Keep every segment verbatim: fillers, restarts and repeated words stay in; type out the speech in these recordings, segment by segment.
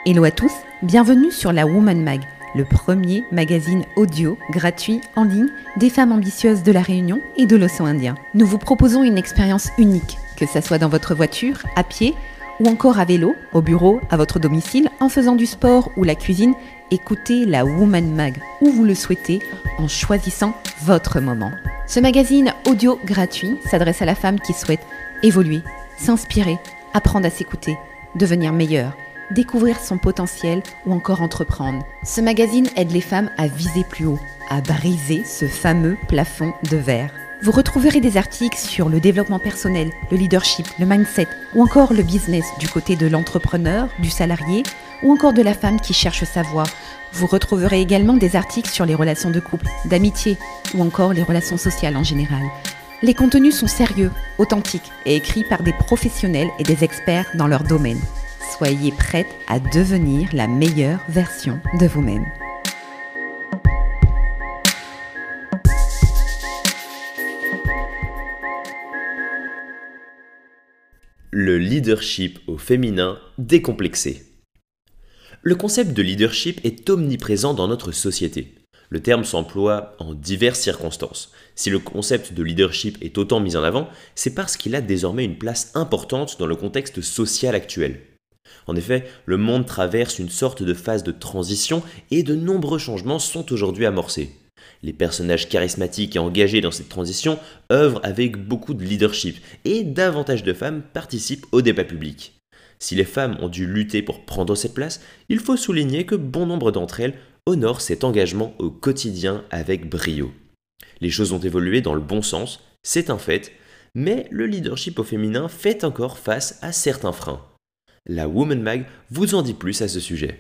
Hello à tous, bienvenue sur la Woman Mag, le premier magazine audio gratuit en ligne des femmes ambitieuses de la Réunion et de l'océan Indien. Nous vous proposons une expérience unique, que ça soit dans votre voiture, à pied ou encore à vélo, au bureau, à votre domicile, en faisant du sport ou la cuisine. Écoutez la Woman Mag où vous le souhaitez en choisissant votre moment. Ce magazine audio gratuit s'adresse à la femme qui souhaite évoluer, s'inspirer, apprendre à s'écouter, devenir meilleure, découvrir son potentiel ou encore entreprendre. Ce magazine aide les femmes à viser plus haut, à briser ce fameux plafond de verre. Vous retrouverez des articles sur le développement personnel, le leadership, le mindset ou encore le business du côté de l'entrepreneur, du salarié ou encore de la femme qui cherche sa voie. Vous retrouverez également des articles sur les relations de couple, d'amitié ou encore les relations sociales en général. Les contenus sont sérieux, authentiques et écrits par des professionnels et des experts dans leur domaine. Soyez prête à devenir la meilleure version de vous-même. Le leadership au féminin décomplexé. Le concept de leadership est omniprésent dans notre société. Le terme s'emploie en diverses circonstances. Si le concept de leadership est autant mis en avant, c'est parce qu'il a désormais une place importante dans le contexte social actuel. En effet, le monde traverse une sorte de phase de transition et de nombreux changements sont aujourd'hui amorcés. Les personnages charismatiques et engagés dans cette transition œuvrent avec beaucoup de leadership et davantage de femmes participent au débat public. Si les femmes ont dû lutter pour prendre cette place, il faut souligner que bon nombre d'entre elles honorent cet engagement au quotidien avec brio. Les choses ont évolué dans le bon sens, c'est un fait, mais le leadership au féminin fait encore face à certains freins. La Woman Mag vous en dit plus à ce sujet.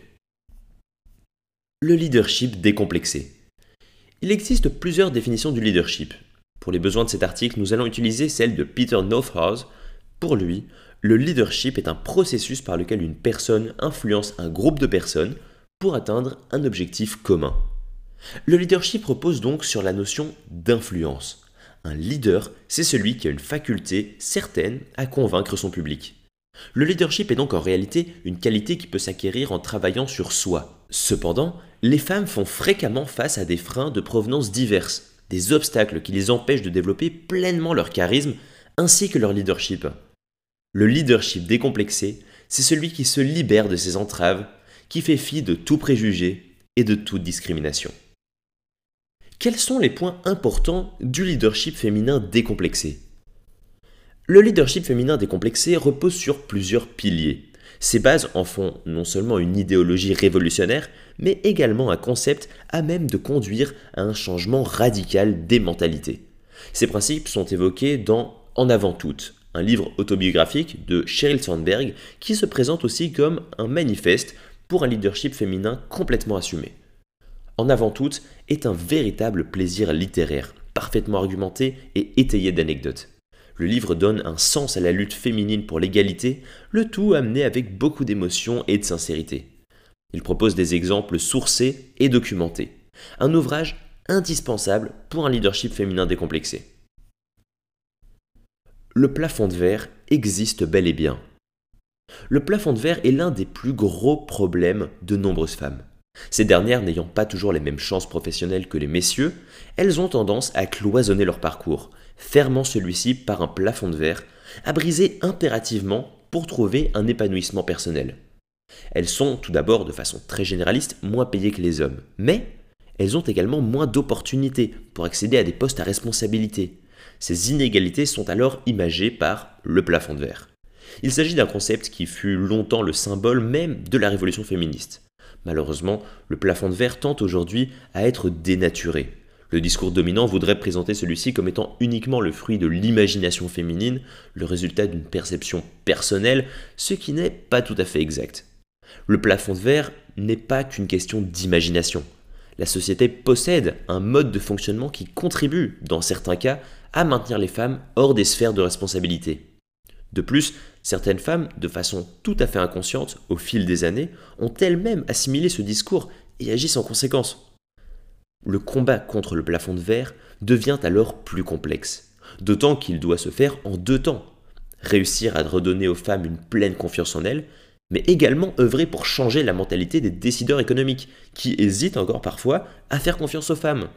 Le leadership décomplexé. Il existe plusieurs définitions du leadership. Pour les besoins de cet article, nous allons utiliser celle de Peter Northaus. Pour lui, le leadership est un processus par lequel une personne influence un groupe de personnes pour atteindre un objectif commun. Le leadership repose donc sur la notion d'influence. Un leader, c'est celui qui a une faculté certaine à convaincre son public. Le leadership est donc en réalité une qualité qui peut s'acquérir en travaillant sur soi. Cependant, les femmes font fréquemment face à des freins de provenance diverses, des obstacles qui les empêchent de développer pleinement leur charisme ainsi que leur leadership. Le leadership décomplexé, c'est celui qui se libère de ses entraves, qui fait fi de tout préjugé et de toute discrimination. Quels sont les points importants du leadership féminin décomplexé ? Le leadership féminin décomplexé repose sur plusieurs piliers. Ces bases en font non seulement une idéologie révolutionnaire, mais également un concept à même de conduire à un changement radical des mentalités. Ces principes sont évoqués dans En avant toutes, un livre autobiographique de Sheryl Sandberg qui se présente aussi comme un manifeste pour un leadership féminin complètement assumé. En avant toutes est un véritable plaisir littéraire, parfaitement argumenté et étayé d'anecdotes. Le livre donne un sens à la lutte féminine pour l'égalité, le tout amené avec beaucoup d'émotion et de sincérité. Il propose des exemples sourcés et documentés. Un ouvrage indispensable pour un leadership féminin décomplexé. Le plafond de verre existe bel et bien. Le plafond de verre est l'un des plus gros problèmes de nombreuses femmes. Ces dernières n'ayant pas toujours les mêmes chances professionnelles que les messieurs, elles ont tendance à cloisonner leur parcours, fermant celui-ci par un plafond de verre, à briser impérativement pour trouver un épanouissement personnel. Elles sont tout d'abord, de façon très généraliste, moins payées que les hommes, mais elles ont également moins d'opportunités pour accéder à des postes à responsabilité. Ces inégalités sont alors imagées par le plafond de verre. Il s'agit d'un concept qui fut longtemps le symbole même de la révolution féministe. Malheureusement, le plafond de verre tend aujourd'hui à être dénaturé. Le discours dominant voudrait présenter celui-ci comme étant uniquement le fruit de l'imagination féminine, le résultat d'une perception personnelle, ce qui n'est pas tout à fait exact. Le plafond de verre n'est pas qu'une question d'imagination. La société possède un mode de fonctionnement qui contribue, dans certains cas, à maintenir les femmes hors des sphères de responsabilité. De plus, certaines femmes, de façon tout à fait inconsciente, au fil des années, ont elles-mêmes assimilé ce discours et agissent en conséquence. Le combat contre le plafond de verre devient alors plus complexe, d'autant qu'il doit se faire en deux temps. Réussir à redonner aux femmes une pleine confiance en elles mais également œuvrer pour changer la mentalité des décideurs économiques, qui hésitent encore parfois à faire confiance aux femmes.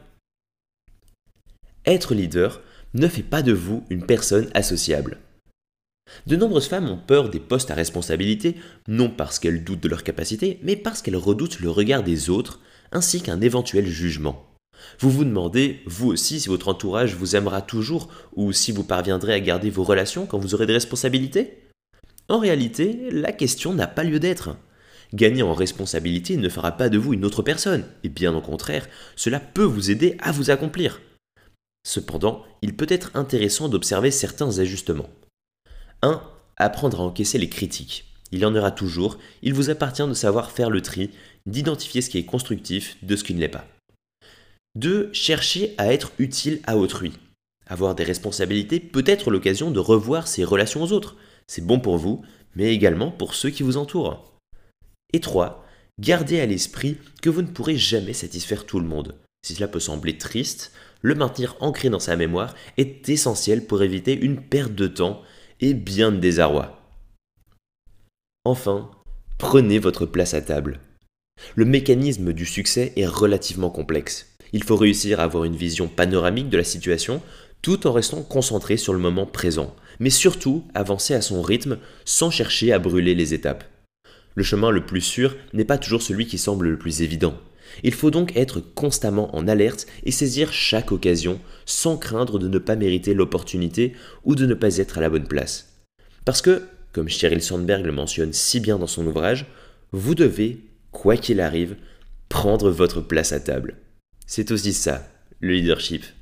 Être leader ne fait pas de vous une personne associable. De nombreuses femmes ont peur des postes à responsabilité, non parce qu'elles doutent de leurs capacités, mais parce qu'elles redoutent le regard des autres, ainsi qu'un éventuel jugement. Vous vous demandez, vous aussi, si votre entourage vous aimera toujours, ou si vous parviendrez à garder vos relations quand vous aurez des responsabilités ? En réalité, la question n'a pas lieu d'être. Gagner en responsabilité ne fera pas de vous une autre personne, et bien au contraire, cela peut vous aider à vous accomplir. Cependant, il peut être intéressant d'observer certains ajustements. un. Apprendre à encaisser les critiques. Il y en aura toujours, il vous appartient de savoir faire le tri, d'identifier ce qui est constructif de ce qui ne l'est pas. deux. Chercher à être utile à autrui. Avoir des responsabilités peut être l'occasion de revoir ses relations aux autres. C'est bon pour vous, mais également pour ceux qui vous entourent. Et trois. Gardez à l'esprit que vous ne pourrez jamais satisfaire tout le monde. Si cela peut sembler triste, le maintenir ancré dans sa mémoire est essentiel pour éviter une perte de temps et bien de désarroi. Enfin, prenez votre place à table. Le mécanisme du succès est relativement complexe. Il faut réussir à avoir une vision panoramique de la situation tout en restant concentré sur le moment présent, mais surtout avancer à son rythme sans chercher à brûler les étapes. Le chemin le plus sûr n'est pas toujours celui qui semble le plus évident. Il faut donc être constamment en alerte et saisir chaque occasion sans craindre de ne pas mériter l'opportunité ou de ne pas être à la bonne place. Parce que, comme Sheryl Sandberg le mentionne si bien dans son ouvrage, vous devez, quoi qu'il arrive, prendre votre place à table. C'est aussi ça, le leadership.